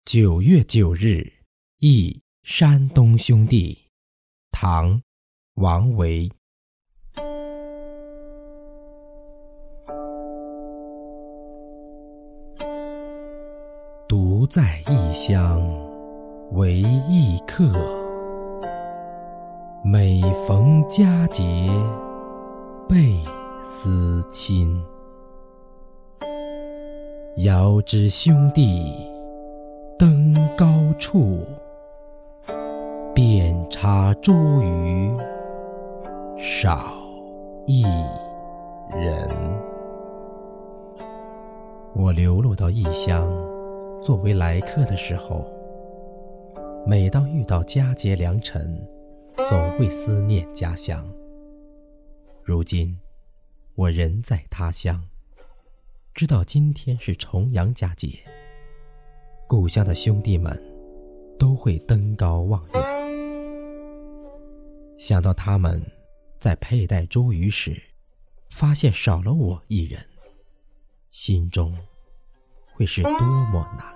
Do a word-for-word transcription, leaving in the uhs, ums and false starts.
九月九日忆山东兄弟，唐·王维。独在异乡为异客，每逢佳节倍思亲。遥知兄弟登高处，遍插茱萸少一人。我流落到异乡作为来客的时候，每当遇到佳节良辰，总会思念家乡。如今我人在他乡，知道今天是重阳佳节，故乡的兄弟们都会登高望远。想到他们在佩戴茱萸时发现少了我一人，心中会是多么难